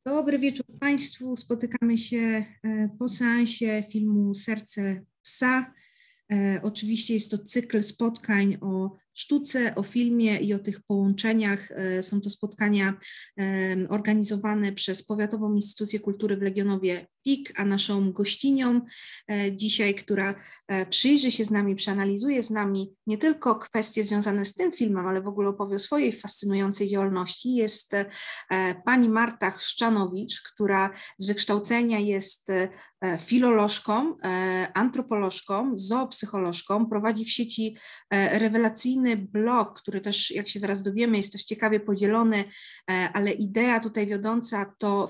Dobry wieczór Państwu. Spotykamy się po seansie filmu Serce psa. Oczywiście jest to cykl spotkań o sztuce, o filmie i o tych połączeniach. Są to spotkania organizowane przez Powiatową Instytucję Kultury w Legionowie PIK, a naszą gościnią dzisiaj, która przyjrzy się z nami, przeanalizuje z nami nie tylko kwestie związane z tym filmem, ale w ogóle opowie o swojej fascynującej działalności, jest pani Marta Chrzczanowicz, która z wykształcenia jest filolożką, antropolożką, zoopsycholożką, prowadzi w sieci rewelacyjny blog, który też, jak się zaraz dowiemy, jest też ciekawie podzielony, ale idea tutaj wiodąca to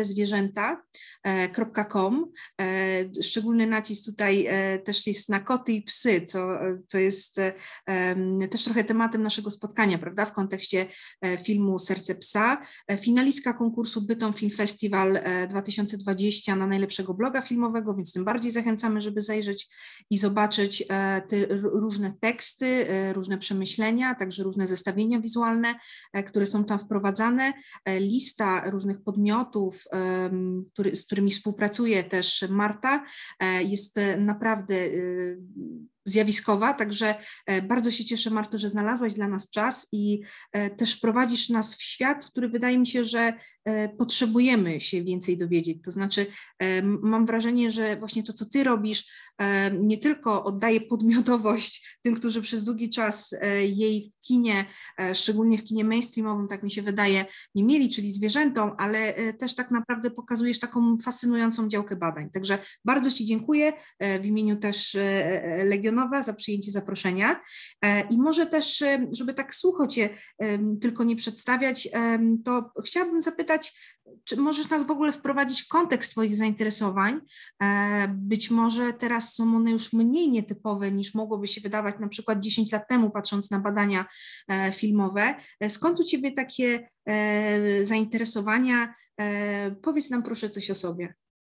filmowezwierzęta.com. Szczególny nacisk tutaj też jest na koty i psy, co jest też trochę tematem naszego spotkania, prawda, w kontekście filmu Serce psa. Finalistka konkursu Bytom Film Festival 2020 na najlepszego bloga filmowego, więc tym bardziej zachęcamy, żeby zajrzeć i zobaczyć te różne teksty, różne przemyślenia, także różne zestawienia wizualne, które są tam wprowadzane. Lista różnych podmiotów, z którymi współpracuje też Marta, jest naprawdę zjawiskowa, także bardzo się cieszę, Marto, że znalazłaś dla nas czas i też prowadzisz nas w świat, w który wydaje mi się, że potrzebujemy się więcej dowiedzieć. To znaczy mam wrażenie, że właśnie to, co ty robisz, nie tylko oddaje podmiotowość tym, którzy przez długi czas jej w kinie, szczególnie w kinie mainstreamowym, tak mi się wydaje, nie mieli, czyli zwierzętom, ale też tak naprawdę pokazujesz taką fascynującą działkę badań. Także bardzo ci dziękuję w imieniu też Legionowa za przyjęcie zaproszenia i może też, żeby tak sucho cię tylko nie przedstawiać, to chciałabym zapytać, czy możesz nas w ogóle wprowadzić w kontekst twoich zainteresowań? Być może teraz są one już mniej nietypowe niż mogłoby się wydawać na przykład 10 lat temu, patrząc na badania filmowe. Skąd u ciebie takie zainteresowania? Powiedz nam proszę coś o sobie.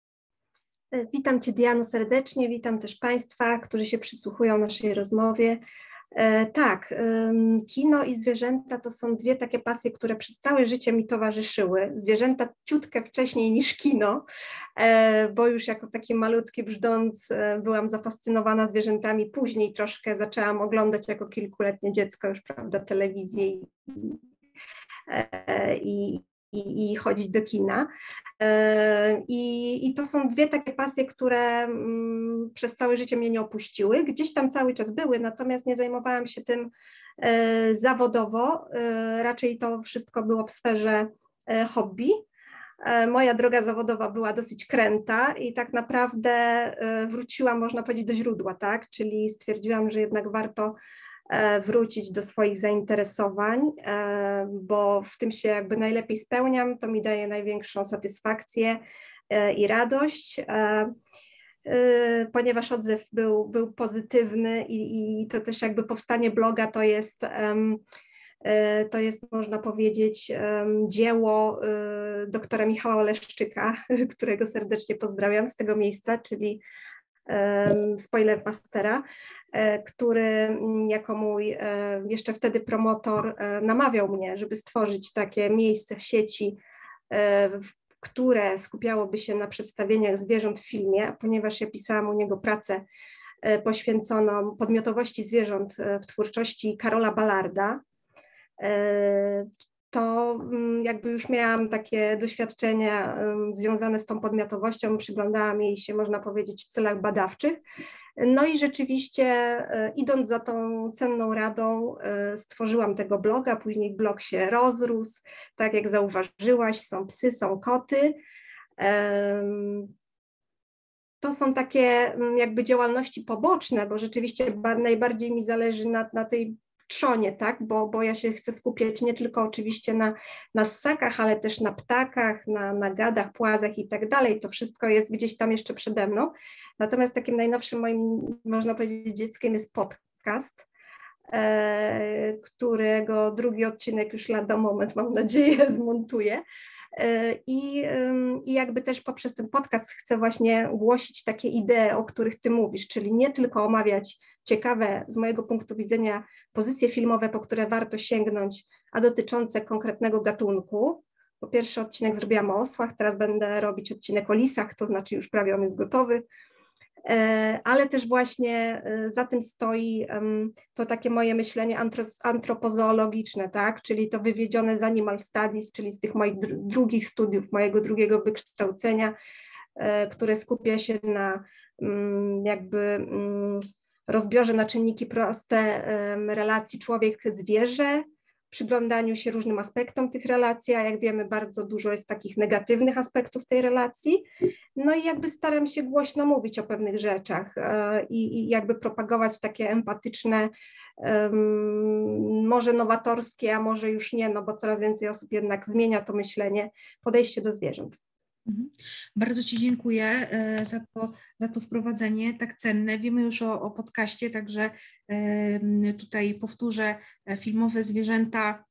Witam Cię, Diano, serdecznie, witam też Państwa, którzy się przysłuchują naszej rozmowie. Tak, kino i zwierzęta to są dwie takie pasje, które przez całe życie mi towarzyszyły. Zwierzęta ciutkę wcześniej niż kino, bo już jako taki malutki brzdąc byłam zafascynowana zwierzętami. Później troszkę zaczęłam oglądać jako kilkuletnie dziecko już, prawda, telewizję i chodzić do kina. I to są dwie takie pasje, które przez całe życie mnie nie opuściły. Gdzieś tam cały czas były, natomiast nie zajmowałam się tym zawodowo. Raczej to wszystko było w sferze hobby. Moja droga zawodowa była dosyć kręta i tak naprawdę wróciłam, można powiedzieć, do źródła, tak? Czyli stwierdziłam, że jednak warto wrócić do swoich zainteresowań, bo w tym się jakby najlepiej spełniam, to mi daje największą satysfakcję i radość, ponieważ odzew był pozytywny i to też jakby powstanie bloga to jest, można powiedzieć, dzieło doktora Michała Oleszczyka, którego serdecznie pozdrawiam z tego miejsca, czyli Spoilermastera, który jako mój jeszcze wtedy promotor namawiał mnie, żeby stworzyć takie miejsce w sieci, które skupiałoby się na przedstawieniach zwierząt w filmie, ponieważ ja pisałam u niego pracę poświęconą podmiotowości zwierząt w twórczości Karola Ballarda, to jakby już miałam takie doświadczenia związane z tą podmiotowością, przyglądałam jej się, można powiedzieć, w celach badawczych. No i rzeczywiście idąc za tą cenną radą stworzyłam tego bloga, później blog się rozrósł, tak jak zauważyłaś, są psy, są koty. To są takie jakby działalności poboczne, bo rzeczywiście najbardziej mi zależy na tej trzonie, tak? Bo ja się chcę skupiać nie tylko oczywiście na ssakach, ale też na ptakach, na gadach, płazach i tak dalej. To wszystko jest gdzieś tam jeszcze przede mną. Natomiast takim najnowszym moim, można powiedzieć, dzieckiem jest podcast, którego drugi odcinek już lada moment, mam nadzieję, zmontuję. I jakby też poprzez ten podcast chcę właśnie głosić takie idee, o których ty mówisz, czyli nie tylko omawiać ciekawe z mojego punktu widzenia pozycje filmowe, po które warto sięgnąć, a dotyczące konkretnego gatunku, bo pierwszy odcinek zrobiłam o osłach, teraz będę robić odcinek o lisach, to znaczy już prawie on jest gotowy. Ale też właśnie za tym stoi to takie moje myślenie antropozoologiczne, tak? Czyli to wywiedzione z Animal Studies, czyli z tych moich drugich studiów, mojego drugiego wykształcenia, które skupia się na jakby rozbiorze na czynniki proste relacji człowiek-zwierzę, przyglądaniu się różnym aspektom tych relacji, a jak wiemy bardzo dużo jest takich negatywnych aspektów tej relacji, no i jakby staram się głośno mówić o pewnych rzeczach i jakby propagować takie empatyczne, może nowatorskie, a może już nie, no bo coraz więcej osób jednak zmienia to myślenie, podejście do zwierząt. Bardzo Ci dziękuję za to wprowadzenie tak cenne. Wiemy już o podcaście, także tutaj powtórzę, filmowe zwierzęta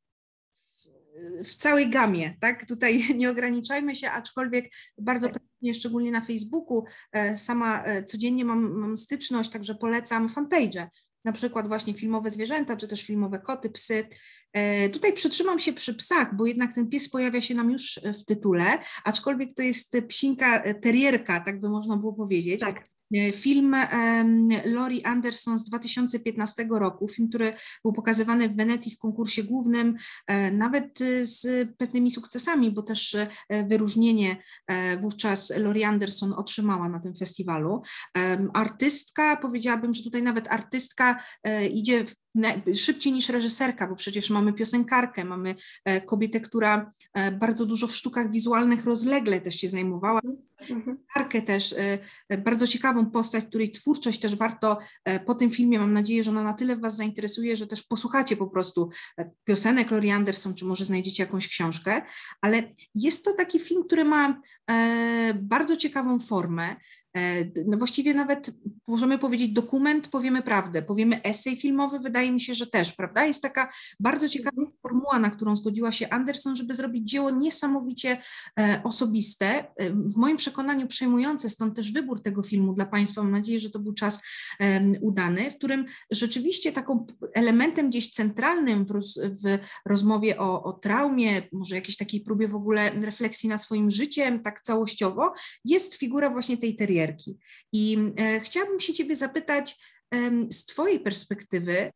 w całej gamie, tak? Tutaj nie ograniczajmy się, aczkolwiek bardzo pracuję, szczególnie na Facebooku, sama codziennie mam styczność, także polecam fanpage'e, na przykład właśnie filmowe zwierzęta, czy też filmowe koty, psy. Tutaj przytrzymam się przy psach, bo jednak ten pies pojawia się nam już w tytule, aczkolwiek to jest psinka terierka, tak by można było powiedzieć. Tak. Film Laurie Anderson z 2015 roku, film, który był pokazywany w Wenecji w konkursie głównym, nawet z pewnymi sukcesami, bo też wyróżnienie wówczas Laurie Anderson otrzymała na tym festiwalu. Artystka, powiedziałabym, że tutaj nawet artystka idzie szybciej niż reżyserka, bo przecież mamy piosenkarkę, mamy kobietę, która bardzo dużo w sztukach wizualnych rozlegle też się zajmowała, piosenkarkę też, bardzo ciekawą postać, której twórczość też warto po tym filmie, mam nadzieję, że ona na tyle Was zainteresuje, że też posłuchacie po prostu piosenek Laurie Anderson, czy może znajdziecie jakąś książkę, ale jest to taki film, który ma bardzo ciekawą formę. No właściwie nawet możemy powiedzieć dokument, powiemy prawdę, powiemy esej filmowy, wydaje mi się, że też, prawda? Jest taka bardzo ciekawa formuła, na którą zgodziła się Anderson, żeby zrobić dzieło niesamowicie osobiste, w moim przekonaniu przejmujące, stąd też wybór tego filmu dla Państwa. Mam nadzieję, że to był czas udany, w którym rzeczywiście taką elementem gdzieś centralnym w rozmowie o traumie, może jakiejś takiej próbie w ogóle refleksji nad swoim życiem, tak całościowo, jest figura właśnie tej terierki. I chciałabym się Ciebie zapytać z Twojej perspektywy,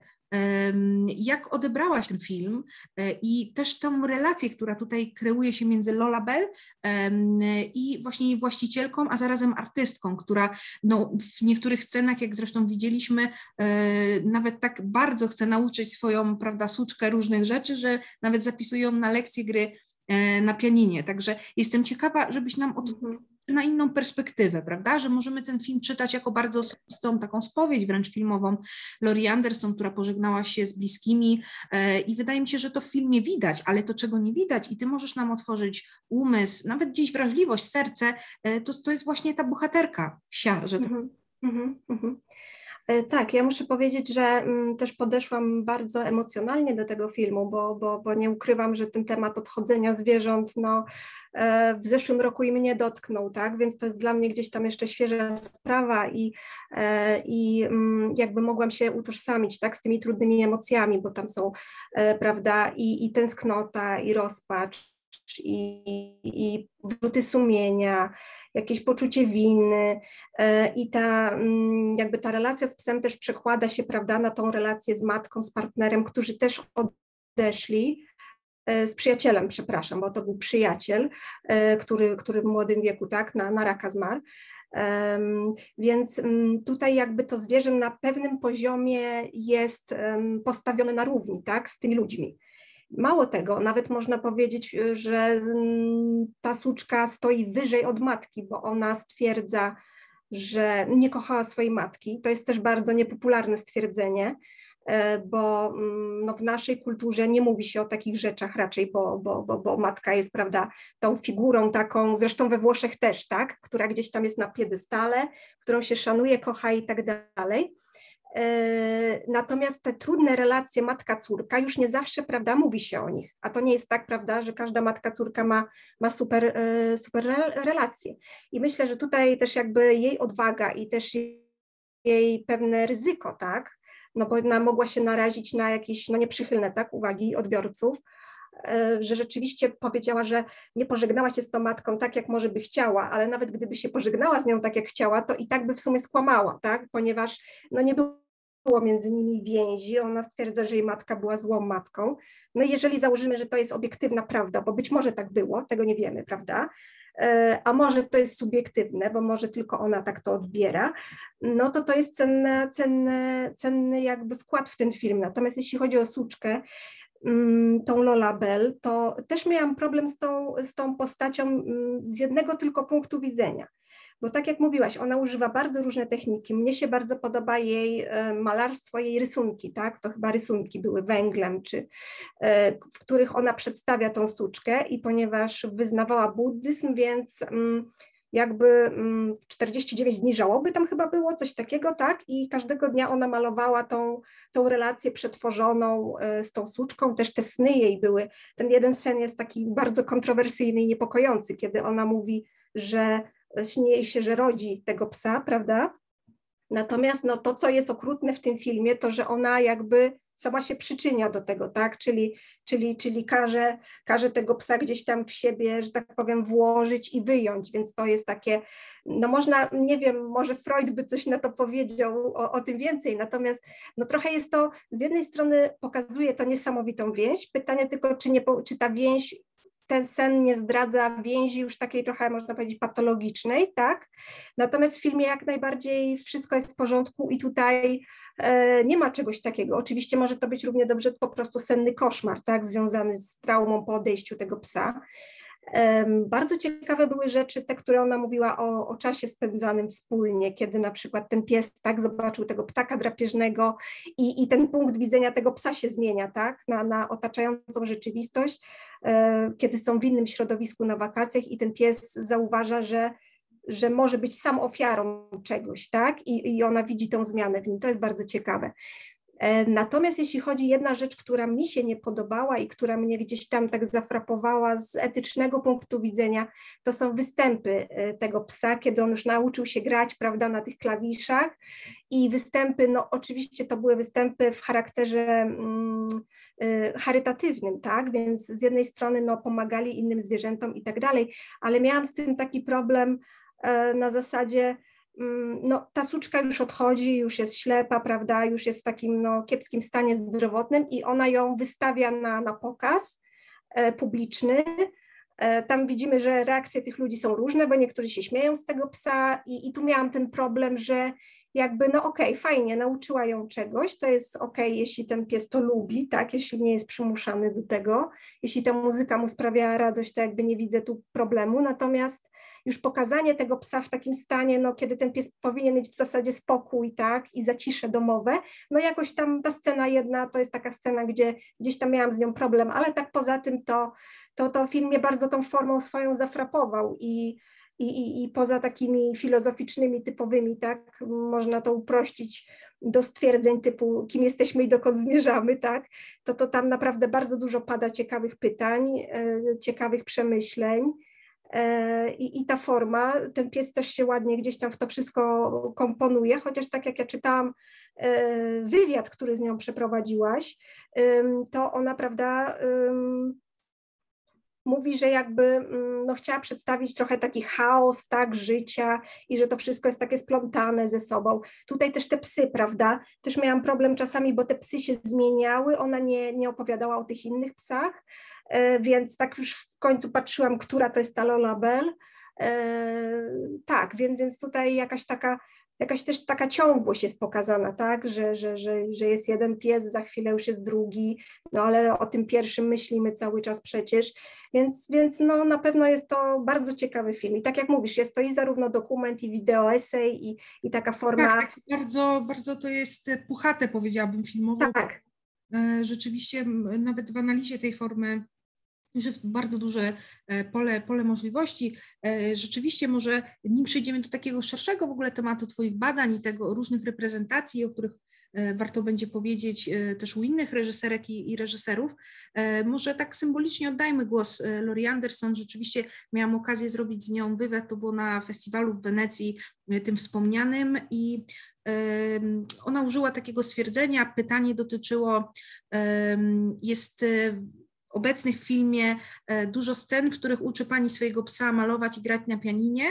jak odebrałaś ten film i też tą relację, która tutaj kreuje się między Lola Bell i właśnie jej właścicielką, a zarazem artystką, która no, w niektórych scenach, jak zresztą widzieliśmy, nawet tak bardzo chce nauczyć swoją, prawda, suczkę różnych rzeczy, że nawet zapisują na lekcje gry na pianinie. Także jestem ciekawa, żebyś nam na inną perspektywę, prawda, że możemy ten film czytać jako bardzo osobistą, taką spowiedź wręcz filmową Laurie Anderson, która pożegnała się z bliskimi i wydaje mi się, że to w filmie widać, ale to czego nie widać i Ty możesz nam otworzyć umysł, nawet gdzieś wrażliwość, serce, to jest właśnie ta bohaterka, że to... Tak, ja muszę powiedzieć, że też podeszłam bardzo emocjonalnie do tego filmu, bo nie ukrywam, że ten temat odchodzenia zwierząt no, w zeszłym roku i mnie dotknął, tak? Więc to jest dla mnie gdzieś tam jeszcze świeża sprawa i jakby mogłam się utożsamić, tak, z tymi trudnymi emocjami, bo tam są, prawda, i tęsknota, i rozpacz, i wyrzuty sumienia, jakieś poczucie winy i jakby ta relacja z psem też przekłada się, prawda, na tą relację z matką, z partnerem, którzy też odeszli, z przyjacielem, przepraszam, bo to był przyjaciel, który w młodym wieku, tak, na raka zmarł. Więc tutaj jakby to zwierzę na pewnym poziomie jest postawione na równi, tak, z tymi ludźmi. Mało tego, nawet można powiedzieć, że ta suczka stoi wyżej od matki, bo ona stwierdza, że nie kochała swojej matki. To jest też bardzo niepopularne stwierdzenie, bo no, w naszej kulturze nie mówi się o takich rzeczach raczej, bo matka jest, prawda, tą figurą taką, zresztą we Włoszech też, tak, która gdzieś tam jest na piedestale, którą się szanuje, kocha i tak dalej. Natomiast te trudne relacje matka-córka już nie zawsze, prawda, mówi się o nich, a to nie jest tak, prawda, że każda matka-córka ma super relacje. I myślę, że tutaj też jakby jej odwaga i też jej pewne ryzyko, tak, no bo ona mogła się narazić na jakieś no nieprzychylne, tak, uwagi odbiorców, że rzeczywiście powiedziała, że nie pożegnała się z tą matką tak, jak może by chciała, ale nawet gdyby się pożegnała z nią tak, jak chciała, to i tak by w sumie skłamała, tak? Ponieważ no, nie było między nimi więzi, ona stwierdza, że jej matka była złą matką. No i jeżeli założymy, że to jest obiektywna prawda, bo być może tak było, tego nie wiemy, prawda? A może to jest subiektywne, bo może tylko ona tak to odbiera, no to jest cenny jakby wkład w ten film. Natomiast jeśli chodzi o Suczkę, tą Lola Bell, to też miałam problem z tą postacią z jednego tylko punktu widzenia. Bo tak jak mówiłaś, ona używa bardzo różne techniki. Mnie się bardzo podoba jej malarstwo, jej rysunki, tak? To chyba rysunki były węglem, w których ona przedstawia tą Suczkę i ponieważ wyznawała buddyzm, więc jakby 49 dni żałoby tam chyba było, coś takiego, tak? I każdego dnia ona malowała tą relację przetworzoną z tą Suczką, też te sny jej były. Ten jeden sen jest taki bardzo kontrowersyjny i niepokojący, kiedy ona mówi, że śni jej się, że rodzi tego psa, prawda? Natomiast no, to, co jest okrutne w tym filmie, to, że ona jakby sama się przyczynia do tego, tak? Czyli każe tego psa gdzieś tam w siebie, że tak powiem, włożyć i wyjąć, więc to jest takie, no można, nie wiem, może Freud by coś na to powiedział o tym więcej, natomiast no trochę jest to, z jednej strony pokazuje to niesamowitą więź, pytanie tylko, czy ta więź, ten sen nie zdradza więzi już takiej trochę, można powiedzieć, patologicznej, tak? Natomiast w filmie jak najbardziej wszystko jest w porządku i tutaj nie ma czegoś takiego. Oczywiście może to być równie dobrze po prostu senny koszmar, tak? Związany z traumą po odejściu tego psa. Bardzo ciekawe były rzeczy, te, które ona mówiła o czasie spędzanym wspólnie, kiedy na przykład ten pies tak zobaczył tego ptaka drapieżnego i ten punkt widzenia tego psa się zmienia, tak, na otaczającą rzeczywistość, kiedy są w innym środowisku na wakacjach i ten pies zauważa, że może być sam ofiarą czegoś, tak, i ona widzi tą zmianę w nim. To jest bardzo ciekawe. Natomiast jeśli chodzi jedna rzecz, która mi się nie podobała i która mnie gdzieś tam tak zafrapowała z etycznego punktu widzenia, to są występy tego psa, kiedy on już nauczył się grać, prawda, na tych klawiszach i występy, no oczywiście to były występy w charakterze charytatywnym, tak, więc z jednej strony no pomagali innym zwierzętom i tak dalej, ale miałam z tym taki problem na zasadzie, no, ta Suczka już odchodzi, już jest ślepa, prawda, już jest w takim no, kiepskim stanie zdrowotnym i ona ją wystawia na pokaz publiczny. Tam widzimy, że reakcje tych ludzi są różne, bo niektórzy się śmieją z tego psa i tu miałam ten problem, że jakby no okej, fajnie, nauczyła ją czegoś, to jest okej, jeśli ten pies to lubi, tak, jeśli nie jest przymuszany do tego, jeśli ta muzyka mu sprawia radość, to jakby nie widzę tu problemu, natomiast już pokazanie tego psa w takim stanie, no kiedy ten pies powinien mieć w zasadzie spokój, tak, i zacisze domowe, no jakoś tam ta scena jedna, to jest taka scena, gdzie gdzieś tam miałam z nią problem, ale tak poza tym to film mnie bardzo tą formą swoją zafrapował i poza takimi filozoficznymi, typowymi, tak, można to uprościć do stwierdzeń typu kim jesteśmy i dokąd zmierzamy, tak, to tam naprawdę bardzo dużo pada ciekawych pytań, ciekawych przemyśleń. I ta forma, ten pies też się ładnie gdzieś tam w to wszystko komponuje, chociaż tak jak ja czytałam wywiad, który z nią przeprowadziłaś, to ona, prawda, mówi, że jakby no, chciała przedstawić trochę taki chaos, tak, życia i że to wszystko jest takie splątane ze sobą. Tutaj też te psy, prawda, też miałam problem czasami, bo te psy się zmieniały, ona nie opowiadała o tych innych psach, więc tak już w końcu patrzyłam, która to jest ta Lola Bell. Tak, więc tutaj jakaś też taka ciągłość jest pokazana, tak, że jest jeden pies, za chwilę już jest drugi, no ale o tym pierwszym myślimy cały czas przecież, więc no na pewno jest to bardzo ciekawy film i tak jak mówisz, jest to i zarówno dokument, i wideo esej, i taka forma. Tak, bardzo, bardzo to jest puchate, powiedziałabym, filmowo. Tak. Rzeczywiście nawet w analizie tej formy już jest bardzo duże pole możliwości. Rzeczywiście może nim przejdziemy do takiego szerszego w ogóle tematu Twoich badań i tego różnych reprezentacji, o których warto będzie powiedzieć też u innych reżyserek i reżyserów, może tak symbolicznie oddajmy głos Laurie Anderson. Rzeczywiście miałam okazję zrobić z nią wywiad, to było na festiwalu w Wenecji, tym wspomnianym i ona użyła takiego stwierdzenia, pytanie dotyczyło, obecnych w filmie dużo scen, w których uczy pani swojego psa malować i grać na pianinie.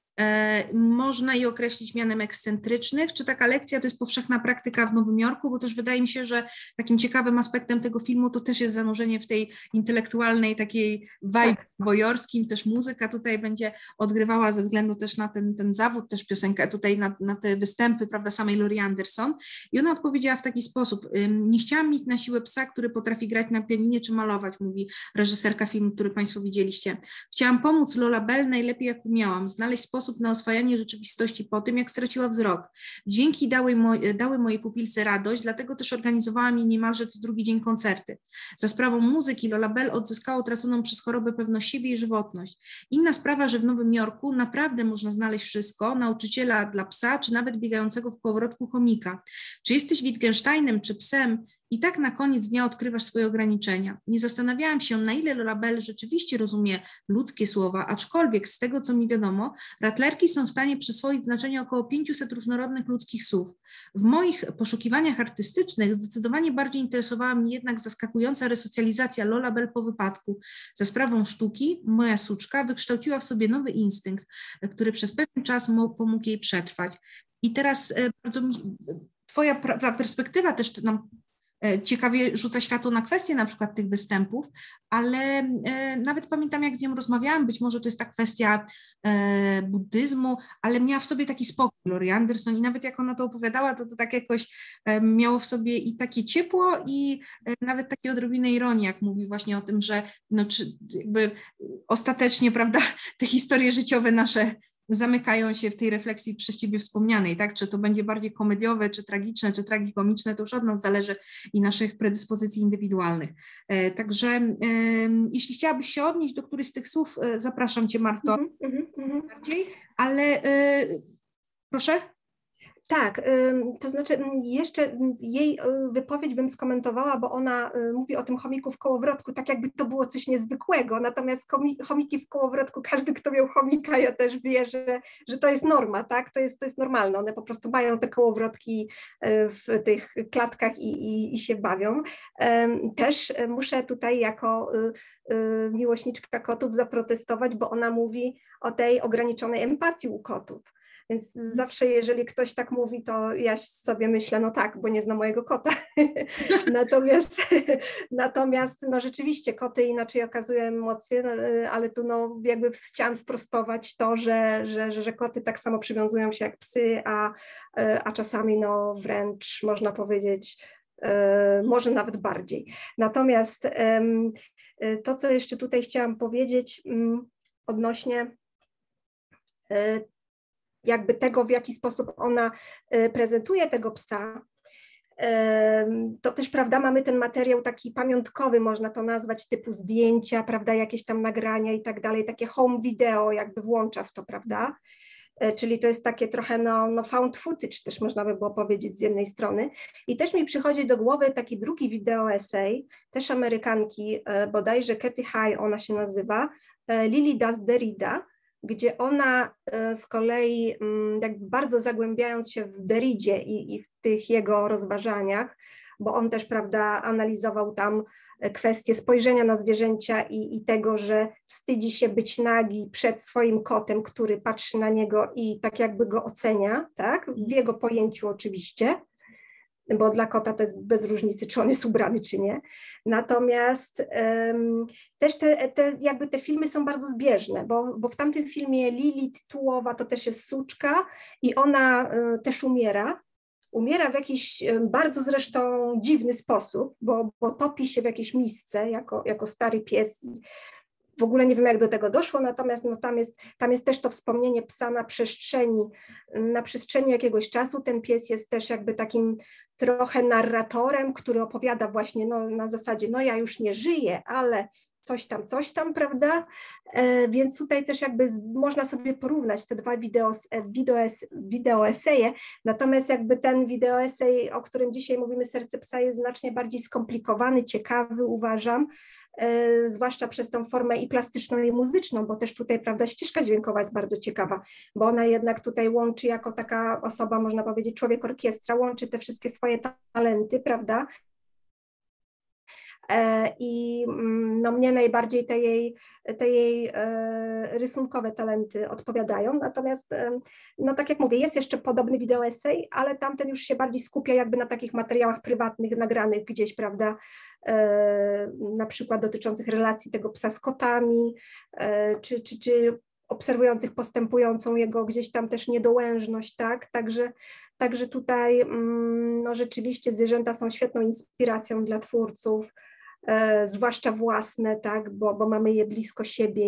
Można je określić mianem ekscentrycznych. Czy taka lekcja to jest powszechna praktyka w Nowym Jorku? Bo też wydaje mi się, że takim ciekawym aspektem tego filmu to też jest zanurzenie w tej intelektualnej takiej vibe nowojorskim. Też muzyka tutaj będzie odgrywała ze względu też na ten zawód, też piosenkę tutaj na te występy, prawda, samej Laurie Anderson. I ona odpowiedziała w taki sposób: nie chciałam mieć na siłę psa, który potrafi grać na pianinie czy malować, mówi reżyserka filmu, który Państwo widzieliście. Chciałam pomóc Lola Bell najlepiej jak umiałam, znaleźć sposób na oswajanie rzeczywistości po tym, jak straciła wzrok. Dźwięki dały mojej pupilce radość, dlatego też organizowałam jej niemalże co drugi dzień koncerty. Za sprawą muzyki Lola Bell odzyskała utraconą przez chorobę pewność siebie i żywotność. Inna sprawa, że w Nowym Jorku naprawdę można znaleźć wszystko, nauczyciela dla psa, czy nawet biegającego w kołowrotku chomika. Czy jesteś Wittgensteinem, czy psem, i tak na koniec dnia odkrywasz swoje ograniczenia. Nie zastanawiałam się, na ile Lola Bell rzeczywiście rozumie ludzkie słowa, aczkolwiek z tego, co mi wiadomo, ratlerki są w stanie przyswoić znaczenie około 500 różnorodnych ludzkich słów. W moich poszukiwaniach artystycznych zdecydowanie bardziej interesowała mnie jednak zaskakująca resocjalizacja Lola Bell po wypadku. Za sprawą sztuki moja suczka wykształciła w sobie nowy instynkt, który przez pewien czas pomógł jej przetrwać. I teraz bardzo twoja perspektywa też nam ciekawie rzuca światło na kwestię na przykład tych występów, ale nawet pamiętam, jak z nią rozmawiałam, być może to jest ta kwestia buddyzmu, ale miała w sobie taki spokój Laurie Anderson i nawet jak ona to opowiadała, to tak jakoś miało w sobie i takie ciepło i nawet takie odrobinę ironii, jak mówi właśnie o tym, że no, czy jakby ostatecznie, prawda, te historie życiowe nasze zamykają się w tej refleksji przez ciebie wspomnianej, tak? Czy to będzie bardziej komediowe, czy tragiczne, czy tragikomiczne, to już od nas zależy i naszych predyspozycji indywidualnych. Także jeśli chciałabyś się odnieść do którychś z tych słów, zapraszam cię, Marto, bardziej, ale proszę? Tak, to znaczy jeszcze jej wypowiedź bym skomentowała, bo ona mówi o tym chomiku w kołowrotku, tak jakby to było coś niezwykłego, natomiast chomiki w kołowrotku, każdy, kto miał chomika, ja też wie, że to jest norma, tak, to jest normalne, one po prostu mają te kołowrotki w tych klatkach i się bawią. Też muszę tutaj jako miłośniczka kotów zaprotestować, bo ona mówi o tej ograniczonej empatii u kotów. Więc zawsze, jeżeli ktoś tak mówi, to ja sobie myślę, no tak, bo nie znam mojego kota. Natomiast no rzeczywiście koty inaczej okazują emocje, ale tu no jakby chciałam sprostować to, że koty tak samo przywiązują się jak psy, a czasami no wręcz można powiedzieć, może nawet bardziej. Natomiast to, co jeszcze tutaj chciałam powiedzieć odnośnie jakby tego, w jaki sposób ona prezentuje tego psa, to też, prawda, mamy ten materiał taki pamiątkowy, można to nazwać, typu zdjęcia, prawda, jakieś tam nagrania i tak dalej, takie home video jakby włącza w to, prawda, czyli to jest takie trochę no found footage też można by było powiedzieć z jednej strony. I też mi przychodzi do głowy taki drugi wideo essay, też Amerykanki, bodajże Kathy High ona się nazywa, Lily Does Derrida, gdzie ona z kolei jakby bardzo zagłębiając się w Derridzie i w tych jego rozważaniach, bo on też, prawda, analizował tam kwestię spojrzenia na zwierzęcia i tego, że wstydzi się być nagi przed swoim kotem, który patrzy na niego i tak jakby go ocenia, tak, w jego pojęciu oczywiście, bo dla kota to jest bez różnicy, czy on jest ubrany, czy nie. Natomiast też jakby te filmy są bardzo zbieżne, bo w tamtym filmie Lili tytułowa to też jest suczka i ona też umiera. Umiera w jakiś bardzo zresztą dziwny sposób, bo topi się w jakiejś misce jako stary pies. W ogóle nie wiem, jak do tego doszło, natomiast no, tam jest też to wspomnienie psa na przestrzeni jakiegoś czasu. Ten pies jest też jakby takim trochę narratorem, który opowiada właśnie no, na zasadzie, no ja już nie żyję, ale coś tam, prawda? Więc tutaj też jakby można sobie porównać te dwa wideo eseje, natomiast jakby ten wideo esej, o którym dzisiaj mówimy, Serce psa, jest znacznie bardziej skomplikowany, ciekawy, uważam, zwłaszcza przez tą formę i plastyczną, i muzyczną, bo też tutaj, prawda, ścieżka dźwiękowa jest bardzo ciekawa, bo ona jednak tutaj łączy jako taka osoba, można powiedzieć, człowiek orkiestra, łączy te wszystkie swoje talenty, prawda, i no mnie najbardziej te jej rysunkowe talenty odpowiadają. Natomiast, no tak jak mówię, jest jeszcze podobny wideoesej, ale tamten już się bardziej skupia jakby na takich materiałach prywatnych, nagranych gdzieś, prawda, na przykład dotyczących relacji tego psa z kotami, czy obserwujących postępującą jego gdzieś tam też niedołężność, tak? Także tutaj no rzeczywiście zwierzęta są świetną inspiracją dla twórców, zwłaszcza własne, tak? Bo mamy je blisko siebie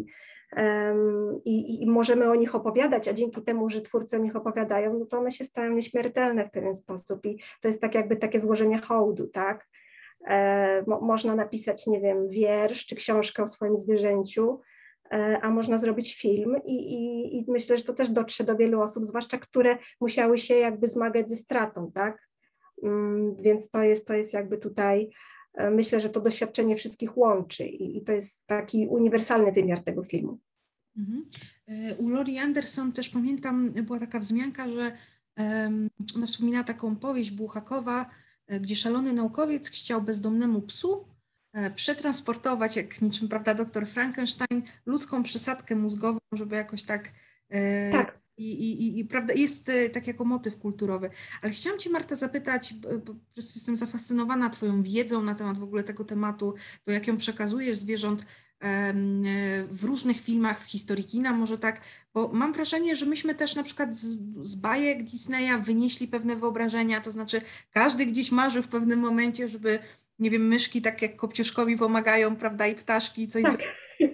i możemy o nich opowiadać, a dzięki temu, że twórcy o nich opowiadają, no to one się stają nieśmiertelne w pewien sposób i to jest tak jakby takie złożenie hołdu, tak? Można napisać, nie wiem, wiersz czy książkę o swoim zwierzęciu, a można zrobić film i myślę, że to też dotrze do wielu osób, zwłaszcza które musiały się jakby zmagać ze stratą, tak? Więc to jest jakby tutaj, myślę, że to doświadczenie wszystkich łączy i to jest taki uniwersalny wymiar tego filmu. U Laurie Anderson też pamiętam, była taka wzmianka, że ona wspomina taką powieść Bułhakowa, gdzie szalony naukowiec chciał bezdomnemu psu przetransportować, jak niczym, prawda, doktor Frankenstein, ludzką przysadkę mózgową, żeby jakoś tak... Tak. I prawda, jest tak jako motyw kulturowy. Ale chciałam Cię, Marta, zapytać, bo po prostu jestem zafascynowana Twoją wiedzą na temat w ogóle tego tematu, to jak ją przekazujesz zwierząt w różnych filmach, w historii kina, może tak, bo mam wrażenie, że myśmy też na przykład z bajek Disneya wynieśli pewne wyobrażenia, to znaczy każdy gdzieś marzył w pewnym momencie, żeby, nie wiem, myszki tak jak Kopciuszkowi pomagają, prawda, i ptaszki coś tak.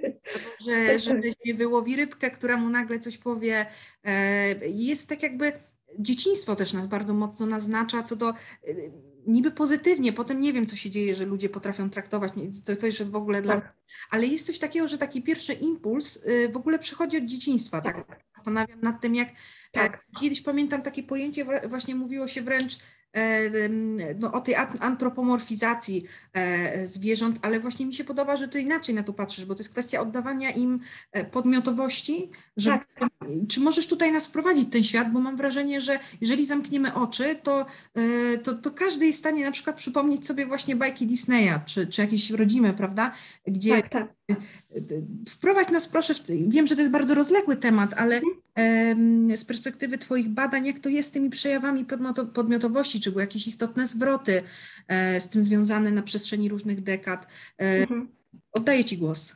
że nie wyłowi rybkę, która mu nagle coś powie. Jest tak jakby, dzieciństwo też nas bardzo mocno naznacza, co do niby pozytywnie, potem nie wiem, co się dzieje, że ludzie potrafią traktować, to już jest w ogóle dla mnie, ale jest coś takiego, że taki pierwszy impuls w ogóle przychodzi od dzieciństwa. Tak. Zastanawiam nad tym, jak kiedyś pamiętam takie pojęcie, właśnie mówiło się wręcz no, o tej antropomorfizacji zwierząt, ale właśnie mi się podoba, że ty inaczej na to patrzysz, bo to jest kwestia oddawania im podmiotowości. Że, czy możesz tutaj nas wprowadzić w ten świat, bo mam wrażenie, że jeżeli zamkniemy oczy, to każdy jest w stanie na przykład przypomnieć sobie właśnie bajki Disneya, czy jakieś rodzime, prawda? Gdzie wprowadź nas proszę, wiem, że to jest bardzo rozległy temat, ale z perspektywy Twoich badań, jak to jest z tymi przejawami podmiotowości, czy były jakieś istotne zwroty z tym związane na przestrzeni różnych dekad. Oddaję Ci głos.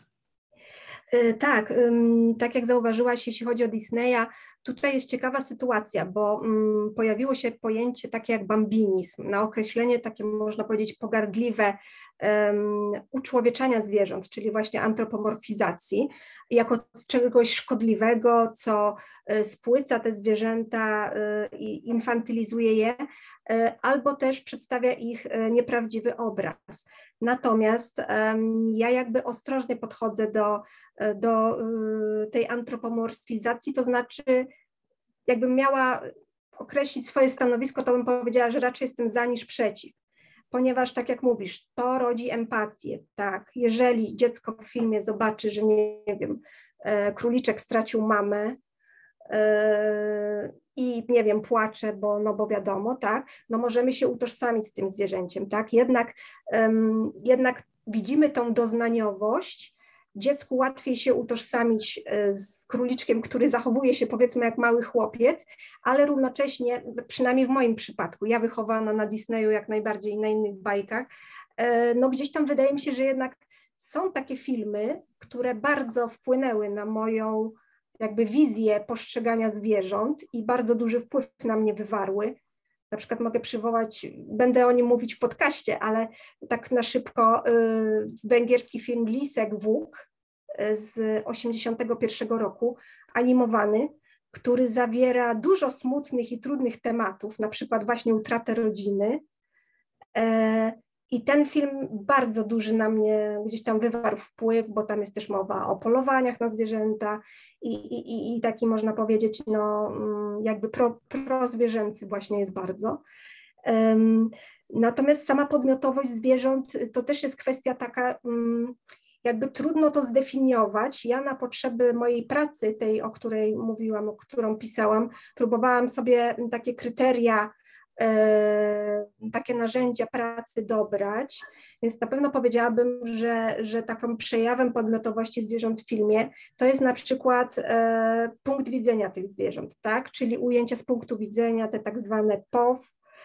Tak jak zauważyłaś, jeśli chodzi o Disneya, tutaj jest ciekawa sytuacja, bo pojawiło się pojęcie takie jak bambinizm, na określenie takie, można powiedzieć, pogardliwe uczłowieczania zwierząt, czyli właśnie antropomorfizacji, jako czegoś szkodliwego, co spłyca te zwierzęta i infantylizuje je, albo też przedstawia ich nieprawdziwy obraz. Natomiast ja jakby ostrożnie podchodzę do tej antropomorfizacji, to znaczy jakbym miała określić swoje stanowisko, to bym powiedziała, że raczej jestem za niż przeciw. Ponieważ tak jak mówisz, to rodzi empatię, tak. Jeżeli dziecko w filmie zobaczy, że nie wiem, króliczek stracił mamę i nie wiem, płacze, bo wiadomo, tak, no możemy się utożsamić z tym zwierzęciem, tak. Jednak widzimy tą doznaniowość. Dziecku łatwiej się utożsamić z króliczkiem, który zachowuje się powiedzmy jak mały chłopiec, ale równocześnie, przynajmniej w moim przypadku, ja wychowana na Disneyu jak najbardziej i na innych bajkach, no gdzieś tam wydaje mi się, że jednak są takie filmy, które bardzo wpłynęły na moją jakby wizję postrzegania zwierząt i bardzo duży wpływ na mnie wywarły. Na przykład mogę przywołać, będę o nim mówić w podcaście, ale tak na szybko węgierski film Lisek Wuk z 1981 roku, animowany, który zawiera dużo smutnych i trudnych tematów, na przykład właśnie utratę rodziny. I ten film bardzo duży na mnie gdzieś tam wywarł wpływ, bo tam jest też mowa o polowaniach na zwierzęta i taki można powiedzieć, no jakby prozwierzęcy właśnie jest bardzo. Natomiast sama podmiotowość zwierząt to też jest kwestia taka, jakby trudno to zdefiniować. Ja na potrzeby mojej pracy, tej, o której mówiłam, o którą pisałam, próbowałam sobie takie kryteria takie narzędzia pracy dobrać, więc na pewno powiedziałabym, że takim przejawem podmiotowości zwierząt w filmie to jest na przykład punkt widzenia tych zwierząt, tak? Czyli ujęcia z punktu widzenia, te tak zwane POV,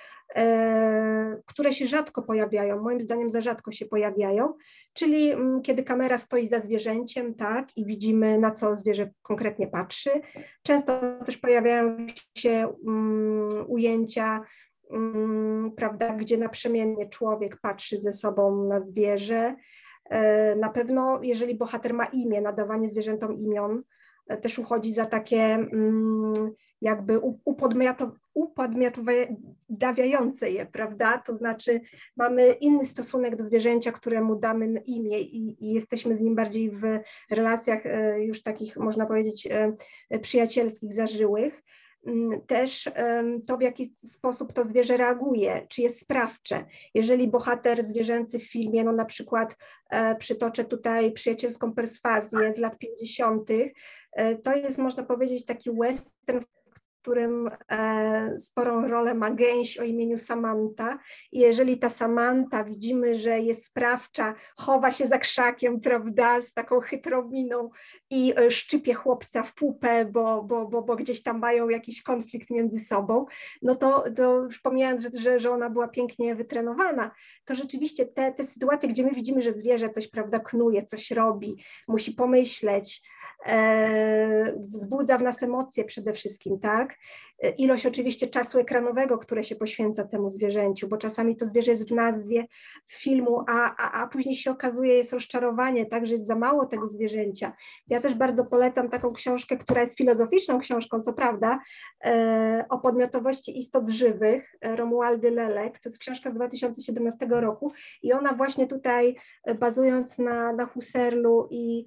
które się rzadko pojawiają, moim zdaniem za rzadko się pojawiają, czyli kiedy kamera stoi za zwierzęciem, tak, i widzimy, na co zwierzę konkretnie patrzy. Często też pojawiają się ujęcia, prawda, gdzie naprzemiennie człowiek patrzy ze sobą na zwierzę. Na pewno, jeżeli bohater ma imię, nadawanie zwierzętom imion też uchodzi za takie jakby upodmiotawiające je, prawda? To znaczy mamy inny stosunek do zwierzęcia, któremu damy imię i jesteśmy z nim bardziej w relacjach już takich, można powiedzieć, przyjacielskich, zażyłych. Też to, w jaki sposób to zwierzę reaguje, czy jest sprawcze. Jeżeli bohater zwierzęcy w filmie, no na przykład przytoczę tutaj Przyjacielską perswazję z lat 50., to jest, można powiedzieć, taki western, w którym sporą rolę ma gęś o imieniu Samantha i jeżeli ta Samantha widzimy, że jest sprawcza, chowa się za krzakiem, prawda, z taką chytrą miną i szczypie chłopca w pupę, bo gdzieś tam mają jakiś konflikt między sobą, no to już pomijając, że ona była pięknie wytrenowana, to rzeczywiście te sytuacje, gdzie my widzimy, że zwierzę coś, prawda, knuje, coś robi, musi pomyśleć, wzbudza w nas emocje przede wszystkim, tak? Ilość oczywiście czasu ekranowego, które się poświęca temu zwierzęciu, bo czasami to zwierzę jest w nazwie filmu, a później się okazuje, jest rozczarowanie, tak, że jest za mało tego zwierzęcia. Ja też bardzo polecam taką książkę, która jest filozoficzną książką, co prawda, o podmiotowości istot żywych, Romualdy Lelek, to jest książka z 2017 roku i ona właśnie tutaj, bazując na Husserlu i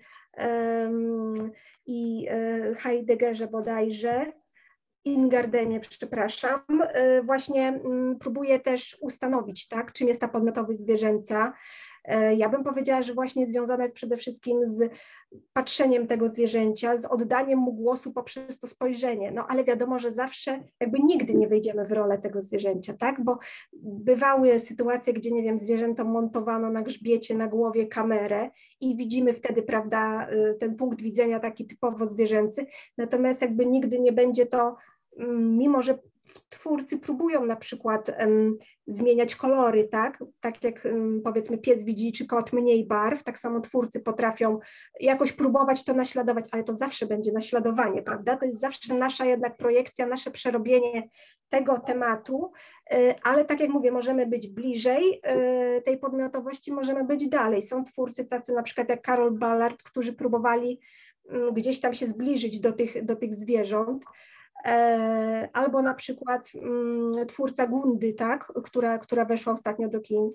Heideggerze bodajże, Ingardenie, przepraszam, właśnie próbuje też ustanowić, tak, czym jest ta podmiotowość zwierzęca. Ja bym powiedziała, że właśnie związana jest przede wszystkim z patrzeniem tego zwierzęcia, z oddaniem mu głosu poprzez to spojrzenie, no ale wiadomo, że zawsze jakby nigdy nie wejdziemy w rolę tego zwierzęcia, tak, bo bywały sytuacje, gdzie, nie wiem, zwierzętom montowano na grzbiecie, na głowie kamerę i widzimy wtedy, prawda, ten punkt widzenia taki typowo zwierzęcy, natomiast jakby nigdy nie będzie to, mimo że twórcy próbują na przykład zmieniać kolory, tak jak powiedzmy pies widzi czy kot mniej barw, tak samo twórcy potrafią jakoś próbować to naśladować, ale to zawsze będzie naśladowanie, prawda? To jest zawsze nasza jednak projekcja, nasze przerobienie tego tematu, ale tak jak mówię, możemy być bliżej tej podmiotowości, możemy być dalej. Są twórcy tacy na przykład jak Carol Ballard, którzy próbowali gdzieś tam się zbliżyć do tych zwierząt, albo na przykład twórca Gundy, tak, która weszła ostatnio do kin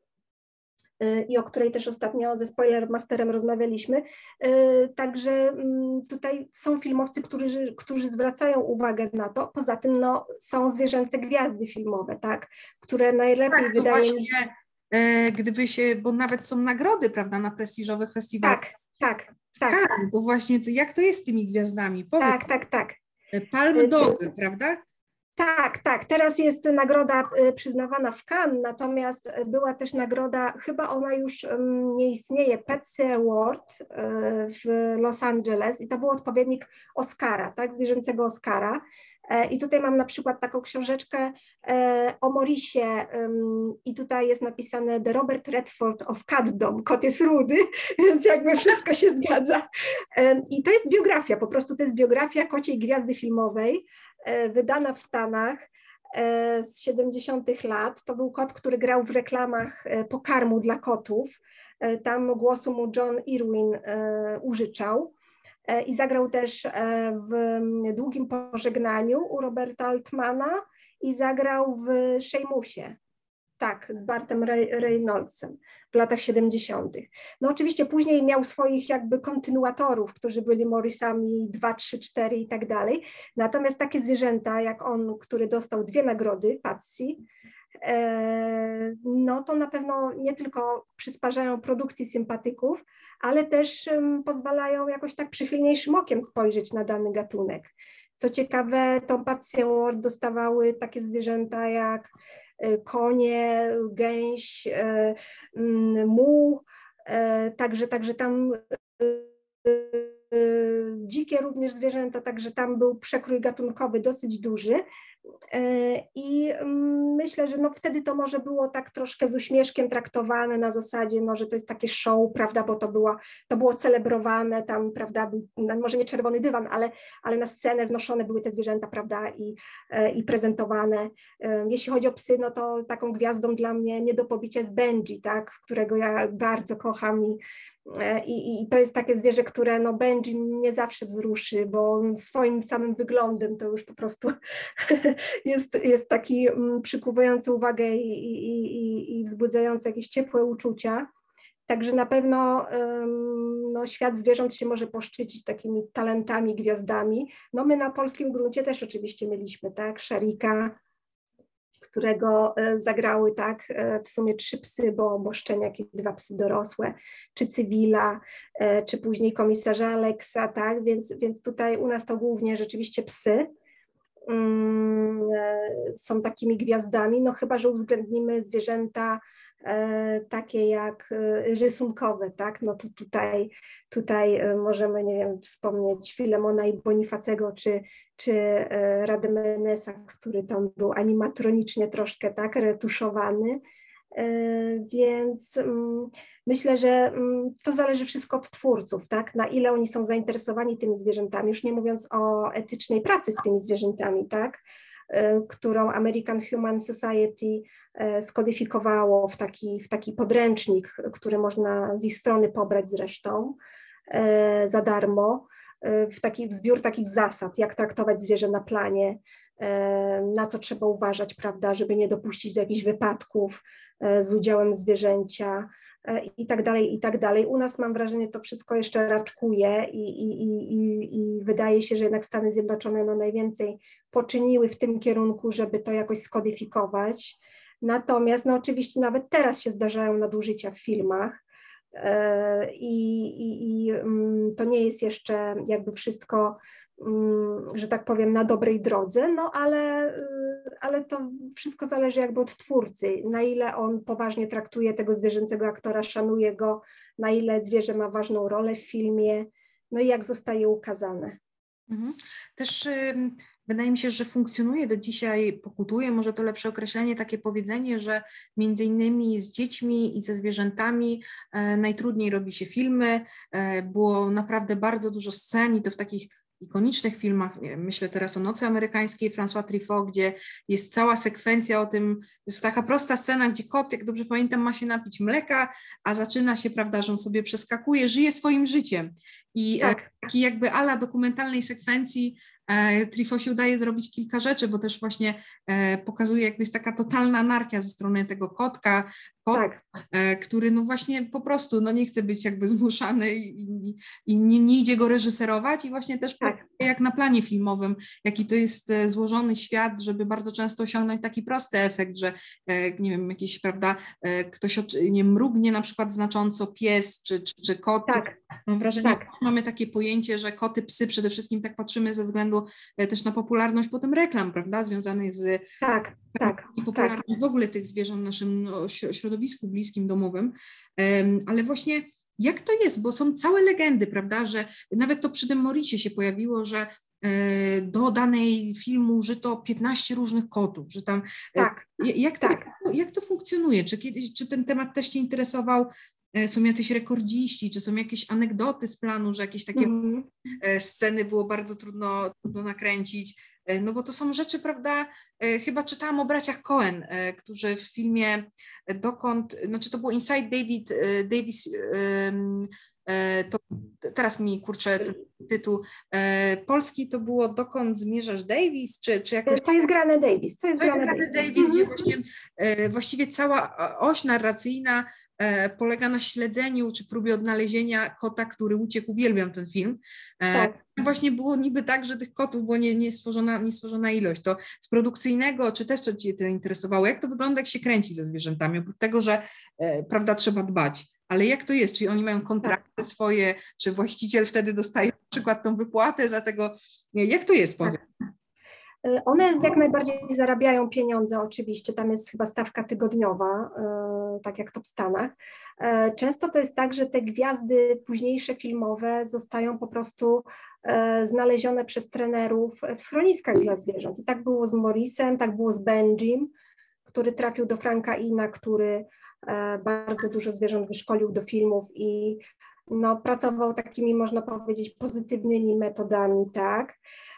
i o której też ostatnio ze Spoilermasterem rozmawialiśmy. Także tutaj są filmowcy, którzy zwracają uwagę na to. Poza tym no, są zwierzęce gwiazdy filmowe, tak, które najlepiej tak, wydaje mi się... Gdyby się, bo nawet są nagrody, prawda, na prestiżowych festiwalach. Tak. To właśnie, jak to jest z tymi gwiazdami? Powiedz. Tak. Palmy Dogy, prawda? Tak. Teraz jest nagroda przyznawana w Cannes, natomiast była też nagroda, chyba ona już nie istnieje, Patsy Award w Los Angeles i to był odpowiednik Oscara, tak, zwierzęcego Oscara. I tutaj mam na przykład taką książeczkę o Morrisie i tutaj jest napisane The Robert Redford of Catdom, kot jest rudy, więc jakby wszystko się zgadza. I to jest biografia, po prostu to jest biografia kociej gwiazdy filmowej, wydana w Stanach z 70. lat. To był kot, który grał w reklamach pokarmu dla kotów. Tam głosu mu John Irwin użyczał. I zagrał też w Długim pożegnaniu u Roberta Altmana i zagrał w Szejmusie, tak, z Bartem Reynoldsem w latach 70. No oczywiście później miał swoich jakby kontynuatorów, którzy byli Morrisami 2, 3, 4 i tak dalej. Natomiast takie zwierzęta jak on, który dostał 2 nagrody, Patsy, no to na pewno nie tylko przysparzają produkcji sympatyków, ale też pozwalają jakoś tak przychylniejszym okiem spojrzeć na dany gatunek. Co ciekawe, tą Patsy Award dostawały takie zwierzęta jak konie, gęś, muł, także tam dzikie również zwierzęta, także tam był przekrój gatunkowy dosyć duży. I myślę, że no wtedy to może było tak troszkę z uśmieszkiem traktowane na zasadzie, no, że to jest takie show, prawda, bo to było celebrowane, tam, prawda, był, no, może nie czerwony dywan, ale na scenę wnoszone były te zwierzęta, prawda, i prezentowane. Jeśli chodzi o psy, no to taką gwiazdą dla mnie nie do pobicia jest Benji, tak, którego ja bardzo kocham i to jest takie zwierzę, które no Benji mnie zawsze wzruszy, bo swoim samym wyglądem to już po prostu jest taki przykuwający uwagę i wzbudzający jakieś ciepłe uczucia. Także na pewno no, świat zwierząt się może poszczycić takimi talentami, gwiazdami. No my na polskim gruncie też oczywiście mieliśmy, tak, Szarika, którego zagrały tak w sumie 3 psy, bo Szczeniak i 2 psy dorosłe, czy Cywila, czy później komisarza Aleksa, tak, więc tutaj u nas to głównie rzeczywiście psy są takimi gwiazdami, no chyba, że uwzględnimy zwierzęta takie jak rysunkowe, tak, no to tutaj możemy, nie wiem, wspomnieć Filemona i Bonifacego, czy Rademenesa, który tam był animatronicznie troszkę, tak, retuszowany, więc myślę, że to zależy wszystko od twórców, tak, na ile oni są zainteresowani tymi zwierzętami, już nie mówiąc o etycznej pracy z tymi zwierzętami, tak, którą American Humane Society skodyfikowało w taki podręcznik, który można z ich strony pobrać zresztą za darmo, w zbiór takich zasad, jak traktować zwierzę na planie, na co trzeba uważać, prawda, żeby nie dopuścić do jakichś wypadków z udziałem zwierzęcia i tak dalej, i tak dalej. U nas, mam wrażenie, to wszystko jeszcze raczkuje i wydaje się, że jednak Stany Zjednoczone no, najwięcej poczyniły w tym kierunku, żeby to jakoś skodyfikować. Natomiast no, oczywiście nawet teraz się zdarzają nadużycia w filmach, to nie jest jeszcze jakby wszystko, że tak powiem, na dobrej drodze, no ale to wszystko zależy jakby od twórcy, na ile on poważnie traktuje tego zwierzęcego aktora, szanuje go, na ile zwierzę ma ważną rolę w filmie, no i jak zostaje ukazane. Też wydaje mi się, że funkcjonuje do dzisiaj, pokutuje, może to lepsze określenie, takie powiedzenie, że między innymi z dziećmi i ze zwierzętami najtrudniej robi się filmy. Było naprawdę bardzo dużo scen i to w takich ikonicznych filmach, myślę teraz o Nocy Amerykańskiej François Truffaut, gdzie jest cała sekwencja o tym, jest taka prosta scena, gdzie kot, jak dobrze pamiętam, ma się napić mleka, a zaczyna się, prawda, że on sobie przeskakuje, żyje swoim życiem. I taki jakby ala dokumentalnej sekwencji Truffaut się udaje zrobić kilka rzeczy, bo też właśnie pokazuje, jakby jest taka totalna anarchia ze strony tego kotka, który no właśnie po prostu no nie chce być jakby zmuszany i nie idzie go reżyserować i właśnie też jak na planie filmowym, jaki to jest złożony świat, żeby bardzo często osiągnąć taki prosty efekt, że nie wiem, jakiś, prawda, ktoś nie mrugnie na przykład znacząco, pies czy kot. Mam wrażenie, że mamy takie pojęcie, że koty, psy przede wszystkim tak patrzymy ze względu też na popularność potem reklam, prawda, związanych z popularność w ogóle tych zwierząt w naszym środowisku bliskim, domowym, ale właśnie jak to jest, bo są całe legendy, prawda, że nawet to przy tym Morisie się pojawiło, że do danej filmu użyto 15 różnych kotów, że tam jak to funkcjonuje, czy ten temat też Cię interesował? Są jacyś rekordziści, czy są jakieś anegdoty z planu, że jakieś takie sceny było bardzo trudno nakręcić, no bo to są rzeczy, prawda, chyba czytałam o braciach Coen, którzy w filmie znaczy to było Inside Davis, to teraz mi kurczę tytuł polski, to było Dokąd zmierzasz Davis, czy jakoś... Co jest grane Davis? Co jest grane Davis, gdzie właściwie cała oś narracyjna polega na śledzeniu czy próbie odnalezienia kota, który uciekł. Uwielbiam ten film. Właśnie było niby tak, że tych kotów była niestworzona ilość. To z produkcyjnego, czy też co Cię to interesowało? Jak to wygląda, jak się kręci ze zwierzętami? Oprócz tego, że prawda, trzeba dbać Ale jak to jest? Czyli oni mają kontrakty swoje, że właściciel wtedy dostaje na przykład tą wypłatę za tego, jak to jest, powiem? One jak najbardziej zarabiają pieniądze oczywiście, tam jest chyba stawka tygodniowa, tak jak to w Stanach. Często to jest tak, że te gwiazdy późniejsze filmowe zostają po prostu znalezione przez trenerów w schroniskach dla zwierząt. I tak było z Morrisem, tak było z Benjim, który trafił do Franka Ina, który bardzo dużo zwierząt wyszkolił do filmów i no, pracował takimi, można powiedzieć, pozytywnymi metodami, tak.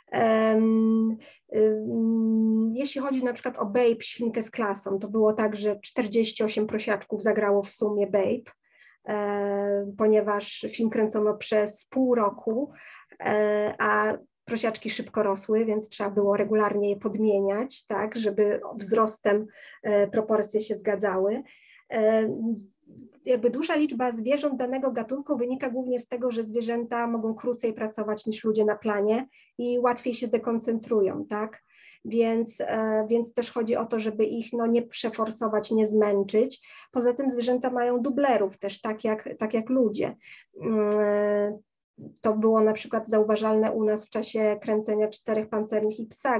Jeśli chodzi na przykład o Babe, Świnkę z klasą, to było tak, że 48 prosiaczków zagrało w sumie Babe, ponieważ film kręcono przez pół roku, a prosiaczki szybko rosły, więc trzeba było regularnie je podmieniać, tak, żeby wzrostem proporcje się zgadzały. Jakby duża liczba zwierząt danego gatunku wynika głównie z tego, że zwierzęta mogą krócej pracować niż ludzie na planie i łatwiej się dekoncentrują, tak? Więc też chodzi o to, żeby ich no, nie przeforsować, nie zmęczyć. Poza tym zwierzęta mają dublerów też, tak jak ludzie. To było na przykład zauważalne u nas w czasie kręcenia Czterech pancernych i psa,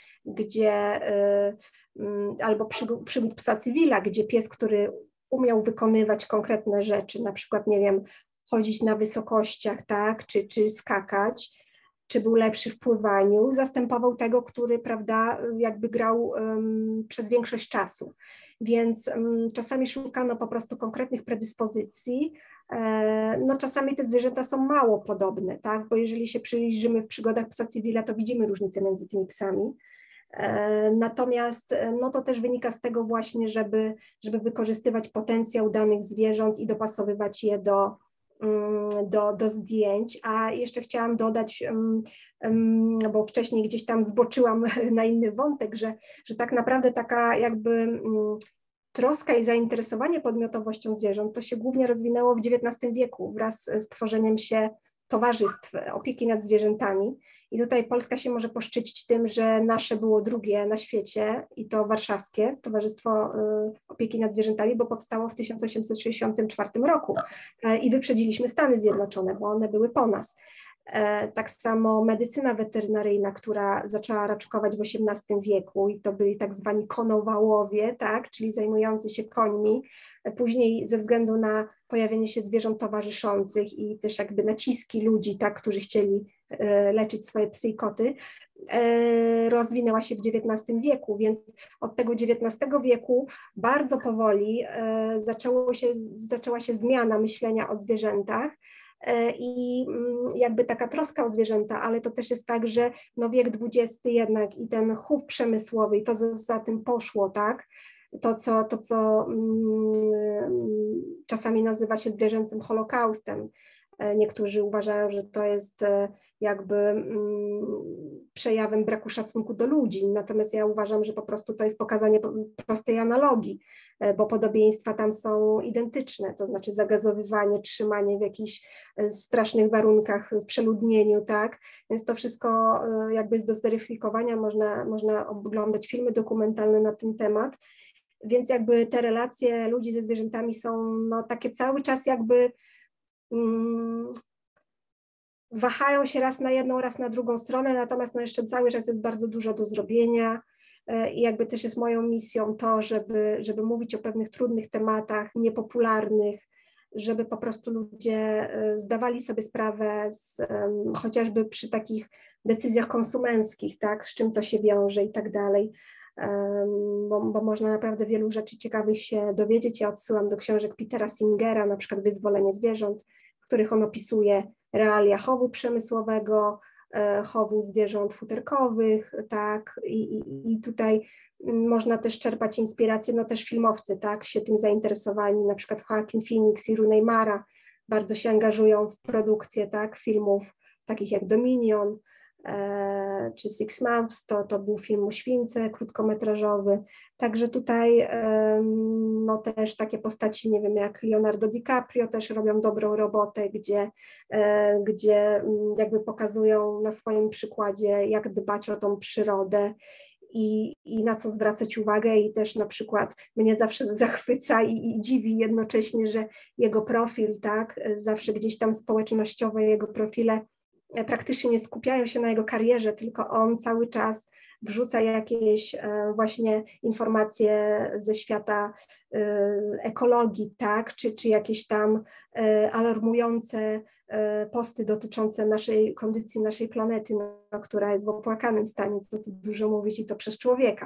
albo przygód psa cywila, gdzie pies, który umiał wykonywać konkretne rzeczy, na przykład, nie wiem, chodzić na wysokościach, tak, czy skakać, czy był lepszy w pływaniu, zastępował tego, który, prawda, jakby grał przez większość czasu. Więc czasami szukano po prostu konkretnych predyspozycji. No czasami te zwierzęta są mało podobne, tak, bo jeżeli się przyjrzymy w przygodach psa cywila, to widzimy różnicę między tymi psami. Natomiast no to też wynika z tego właśnie, żeby wykorzystywać potencjał danych zwierząt i dopasowywać je do zdjęć. A jeszcze chciałam dodać, bo wcześniej gdzieś tam zboczyłam na inny wątek, że tak naprawdę taka jakby troska i zainteresowanie podmiotowością zwierząt to się głównie rozwinęło w XIX wieku wraz z tworzeniem się towarzystw opieki nad zwierzętami. I tutaj Polska się może poszczycić tym, że nasze było drugie na świecie i to warszawskie Towarzystwo Opieki nad Zwierzętami, bo powstało w 1864 roku i wyprzedziliśmy Stany Zjednoczone, bo one były po nas. Tak samo medycyna weterynaryjna, która zaczęła raczkować w XVIII wieku i to byli tak zwani konowałowie, tak, czyli zajmujący się końmi. Później ze względu na pojawienie się zwierząt towarzyszących i też jakby naciski ludzi, tak, którzy chcieli leczyć swoje psy i koty, rozwinęła się w XIX wieku, więc od tego XIX wieku bardzo powoli zaczęła się zmiana myślenia o zwierzętach i jakby taka troska o zwierzęta, ale to też jest tak, że no wiek XX jednak i ten chów przemysłowy i to, co za tym poszło, tak, to co czasami nazywa się zwierzęcym holokaustem. Niektórzy uważają, że to jest jakby przejawem braku szacunku do ludzi, natomiast ja uważam, że po prostu to jest pokazanie prostej analogii, bo podobieństwa tam są identyczne, to znaczy zagazowywanie, trzymanie w jakichś strasznych warunkach, w przeludnieniu, tak, więc to wszystko jakby jest do zweryfikowania, można oglądać filmy dokumentalne na ten temat, więc jakby te relacje ludzi ze zwierzętami są no takie cały czas jakby wahają się raz na jedną, raz na drugą stronę, natomiast no jeszcze cały czas jest bardzo dużo do zrobienia i jakby też jest moją misją to, żeby mówić o pewnych trudnych tematach, niepopularnych, żeby po prostu ludzie zdawali sobie sprawę chociażby przy takich decyzjach konsumenckich, tak, z czym to się wiąże i tak dalej. Bo można naprawdę wielu rzeczy ciekawych się dowiedzieć. Ja odsyłam do książek Petera Singera, na przykład Wyzwolenie zwierząt, w których on opisuje realia chowu przemysłowego, chowu zwierząt futerkowych, tak, i tutaj można też czerpać inspirację, no też filmowcy, tak, się tym zainteresowani, na przykład Joaquin Phoenix i Rooney Mara bardzo się angażują w produkcję, tak, filmów takich jak Dominion, czy Six Months, to był film o śwince krótkometrażowy, także tutaj no też takie postaci, nie wiem, jak Leonardo DiCaprio też robią dobrą robotę, gdzie jakby pokazują na swoim przykładzie, jak dbać o tą przyrodę i na co zwracać uwagę i też na przykład mnie zawsze zachwyca i dziwi jednocześnie, że jego profil, tak, zawsze gdzieś tam społecznościowe jego profile praktycznie nie skupiają się na jego karierze, tylko on cały czas wrzuca jakieś właśnie informacje ze świata ekologii, tak, czy jakieś tam alarmujące posty dotyczące naszej kondycji, naszej planety, no, która jest w opłakanym stanie, co tu dużo mówić i to przez człowieka.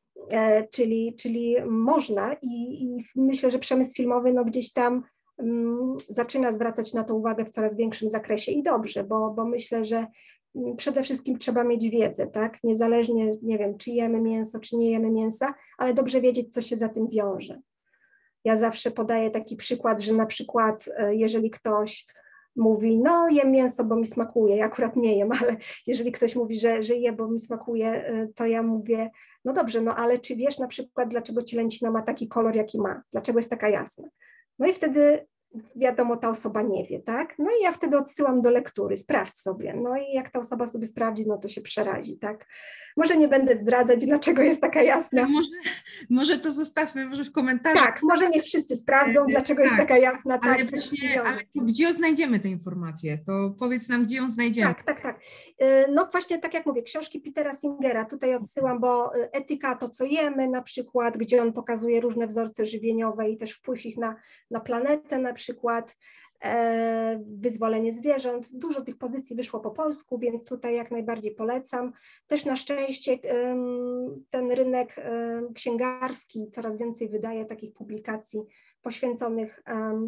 Czyli można i myślę, że przemysł filmowy no, gdzieś tam zaczyna zwracać na to uwagę w coraz większym zakresie i dobrze, bo myślę, że przede wszystkim trzeba mieć wiedzę, tak? Niezależnie, nie wiem, czy jemy mięso, czy nie jemy mięsa, ale dobrze wiedzieć, co się za tym wiąże. Ja zawsze podaję taki przykład, że na przykład jeżeli ktoś mówi, no jem mięso, bo mi smakuje, ja akurat nie jem, ale jeżeli ktoś mówi, że je, bo mi smakuje, to ja mówię, no dobrze, no ale czy wiesz na przykład, dlaczego cielęcina ma taki kolor, jaki ma? Dlaczego jest taka jasna? No i wtedy wiadomo, ta osoba nie wie, tak? No i ja wtedy odsyłam do lektury, sprawdź sobie. No i jak ta osoba sobie sprawdzi, no to się przerazi, tak? Może nie będę zdradzać, dlaczego jest taka jasna. Może to zostawmy, może w komentarzach. Tak, może niech wszyscy sprawdzą, dlaczego jest taka jasna. Ale tak, właśnie, ale gdzie znajdziemy te informacje? To powiedz nam, gdzie ją znajdziemy. Tak. No właśnie, tak jak mówię, książki Petera Singera, tutaj odsyłam, bo Etyka, to co jemy na przykład, gdzie on pokazuje różne wzorce żywieniowe i też wpływ ich na planetę na przykład, Wyzwolenie zwierząt. Dużo tych pozycji wyszło po polsku, więc tutaj jak najbardziej polecam. Też na szczęście ten rynek księgarski coraz więcej wydaje takich publikacji poświęconych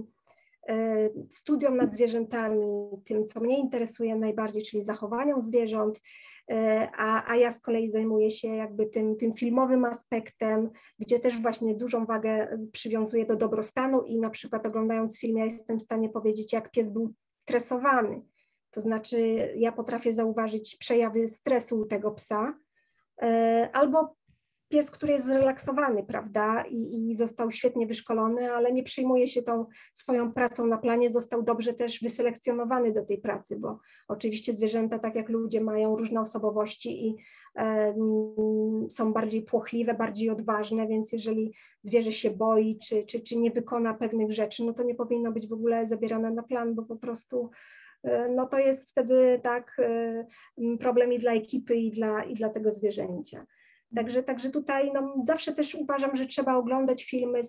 studiom nad zwierzętami, tym, co mnie interesuje najbardziej, czyli zachowaniom zwierząt, a ja z kolei zajmuję się jakby tym filmowym aspektem, gdzie też właśnie dużą wagę przywiązuję do dobrostanu i na przykład oglądając film ja jestem w stanie powiedzieć, jak pies był stresowany. To znaczy ja potrafię zauważyć przejawy stresu u tego psa, albo pies, który jest zrelaksowany, prawda, i został świetnie wyszkolony, ale nie przejmuje się tą swoją pracą na planie, został dobrze też wyselekcjonowany do tej pracy, bo oczywiście zwierzęta, tak jak ludzie, mają różne osobowości i są bardziej płochliwe, bardziej odważne, więc jeżeli zwierzę się boi, czy nie wykona pewnych rzeczy, no to nie powinno być w ogóle zabierane na plan, bo po prostu no to jest wtedy tak problem i dla ekipy, i dla tego zwierzęcia. Także tutaj no, zawsze też uważam, że trzeba oglądać filmy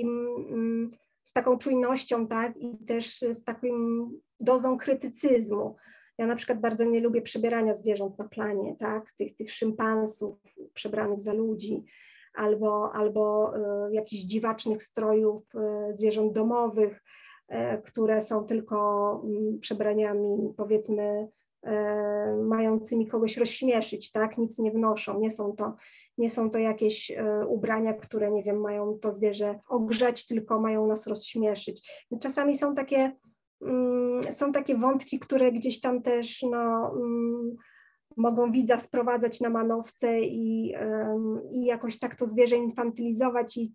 z taką czujnością, tak, i też z taką dozą krytycyzmu. Ja na przykład bardzo nie lubię przebierania zwierząt na planie, tak, tych szympansów przebranych za ludzi, albo jakichś dziwacznych strojów zwierząt domowych, które są tylko przebraniami, powiedzmy, mającymi kogoś rozśmieszyć, tak? Nic nie wnoszą, nie są to jakieś ubrania, które, nie wiem, mają to zwierzę ogrzać, tylko mają nas rozśmieszyć. Czasami są takie wątki, które gdzieś tam też no, mogą widza sprowadzać na manowce i jakoś tak to zwierzę infantylizować i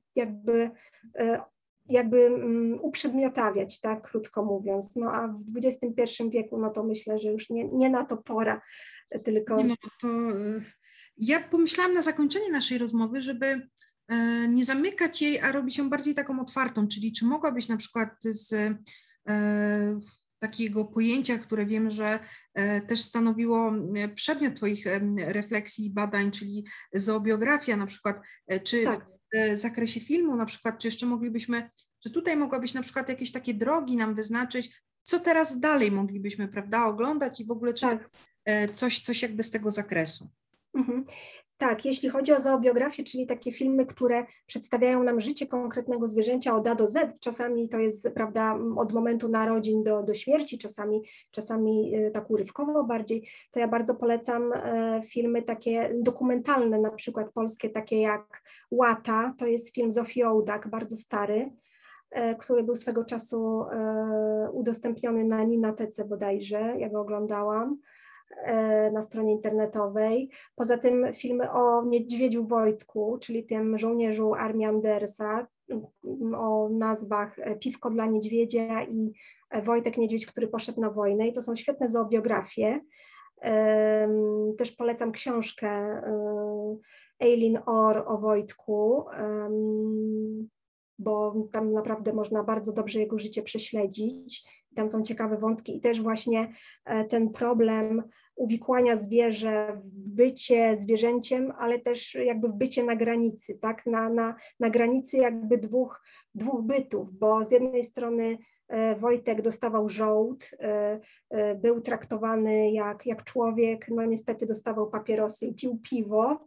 jakby uprzedmiotawiać, tak, krótko mówiąc. No a w XXI wieku, no to myślę, że już nie na to pora, tylko... No to ja pomyślałam na zakończenie naszej rozmowy, żeby nie zamykać jej, a robić ją bardziej taką otwartą, czyli czy mogłabyś na przykład z takiego pojęcia, które wiem, że też stanowiło przedmiot Twoich refleksji i badań, czyli zoobiografia na przykład, czy tak. W zakresie filmu na przykład, czy jeszcze moglibyśmy, czy tutaj mogłabyś na przykład jakieś takie drogi nam wyznaczyć, co teraz dalej moglibyśmy, prawda, oglądać i w ogóle czy tak. Coś jakby z tego zakresu. Mhm. Tak, jeśli chodzi o zoobiografię, czyli takie filmy, które przedstawiają nam życie konkretnego zwierzęcia od A do Z, czasami to jest, prawda, od momentu narodzin do śmierci, czasami tak urywkowo bardziej, to ja bardzo polecam filmy takie dokumentalne, na przykład polskie, takie jak Łata, to jest film Zofii Ołdak, bardzo stary, który był swego czasu udostępniony na Ninatece bodajże, ja go oglądałam na stronie internetowej. Poza tym filmy o Niedźwiedziu Wojtku, czyli tym żołnierzu armii Andersa, o nazwach Piwko dla niedźwiedzia i Wojtek Niedźwiedź, który poszedł na wojnę i to są świetne zoobiografie. Też polecam książkę Eileen Orr o Wojtku, bo tam naprawdę można bardzo dobrze jego życie prześledzić. Tam są ciekawe wątki i też właśnie ten problem uwikłania zwierzę w bycie zwierzęciem, ale też jakby w bycie na granicy, tak? Na granicy jakby dwóch bytów, bo z jednej strony Wojtek dostawał żołd, był traktowany jak człowiek, no niestety dostawał papierosy i pił piwo.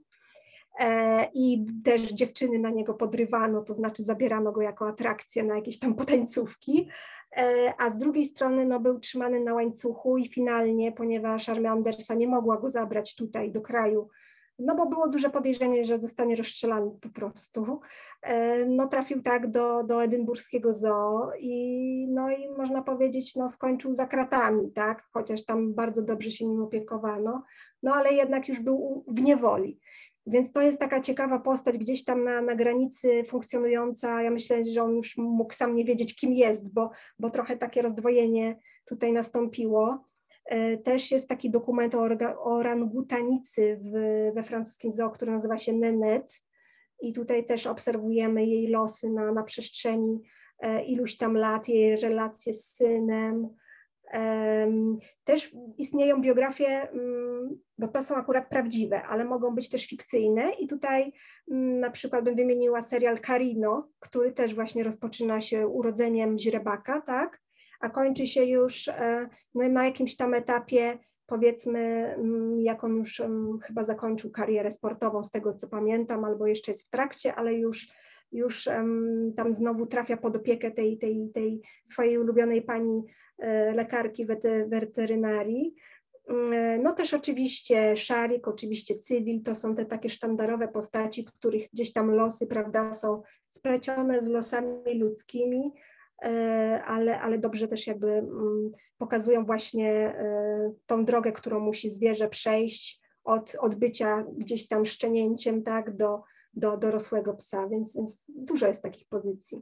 I też dziewczyny na niego podrywano, to znaczy zabierano go jako atrakcję na jakieś tam potańcówki, a z drugiej strony no, był trzymany na łańcuchu i finalnie, ponieważ armia Andersa nie mogła go zabrać tutaj do kraju, no bo było duże podejrzenie, że zostanie rozstrzelany po prostu, no trafił tak do edynburskiego zoo i można powiedzieć, no skończył za kratami, tak, chociaż tam bardzo dobrze się nim opiekowano, no ale jednak już był w niewoli. Więc to jest taka ciekawa postać gdzieś tam na granicy funkcjonująca. Ja myślę, że on już mógł sam nie wiedzieć, kim jest, bo trochę takie rozdwojenie tutaj nastąpiło. Też jest taki dokument o orangutanicy we francuskim zoo, który nazywa się Nenette. I tutaj też obserwujemy jej losy na przestrzeni iluś tam lat, jej relacje z synem. Też istnieją biografie, bo to są akurat prawdziwe, ale mogą być też fikcyjne i tutaj na przykład bym wymieniła serial Carino, który też właśnie rozpoczyna się urodzeniem źrebaka, tak, a kończy się już na jakimś tam etapie, powiedzmy, jak on już chyba zakończył karierę sportową, z tego co pamiętam, albo jeszcze jest w trakcie, ale już tam znowu trafia pod opiekę tej swojej ulubionej pani lekarki weterynarii. No też oczywiście Szarik, oczywiście Cywil, to są te takie sztandarowe postaci, których gdzieś tam losy, prawda, są splecione z losami ludzkimi, ale dobrze też jakby pokazują właśnie tą drogę, którą musi zwierzę przejść od bycia gdzieś tam szczenięciem, tak, do dorosłego psa, więc dużo jest takich pozycji.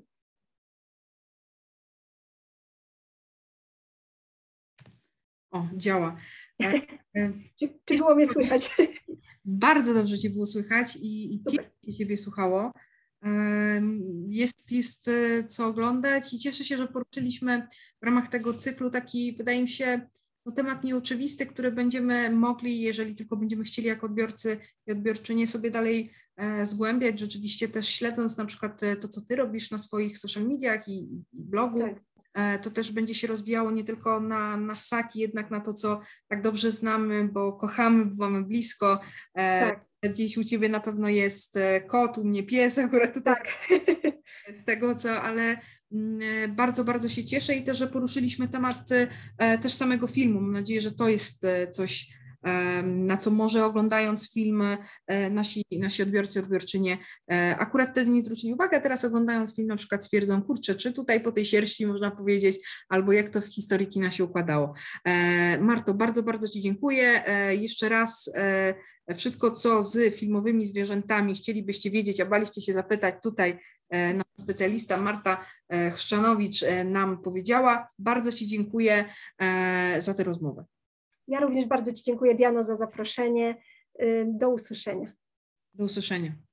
O, działa. Czy było mnie słychać? Bardzo dobrze Cię było słychać i pięknie Ciebie słuchało. Jest co oglądać i cieszę się, że poruszyliśmy w ramach tego cyklu taki, wydaje mi się, no, temat nieoczywisty, który będziemy mogli, jeżeli tylko będziemy chcieli jako odbiorcy i odbiorczynie sobie dalej zgłębiać, rzeczywiście też śledząc na przykład to, co Ty robisz na swoich social mediach i blogu, tak. To też będzie się rozwijało nie tylko na ssaki, jednak na to, co tak dobrze znamy, bo kochamy, bywamy blisko. Tak. Gdzieś u Ciebie na pewno jest kot, u mnie pies, akurat tutaj tak. Z tego co, ale bardzo, bardzo się cieszę i też, że poruszyliśmy temat też samego filmu. Mam nadzieję, że to jest coś, na co może oglądając film nasi odbiorcy, odbiorczynie akurat wtedy nie zwrócili uwagi, a teraz oglądając film na przykład stwierdzą, kurczę, czy tutaj po tej sierści można powiedzieć, albo jak to w historii kina się układało. Marto, bardzo, bardzo Ci dziękuję. Jeszcze raz wszystko, co z filmowymi zwierzętami chcielibyście wiedzieć, a baliście się zapytać, tutaj nasza specjalista Marta Chrzczanowicz nam powiedziała. Bardzo Ci dziękuję za tę rozmowę. Ja również bardzo Ci dziękuję, Diano, za zaproszenie. Do usłyszenia. Do usłyszenia.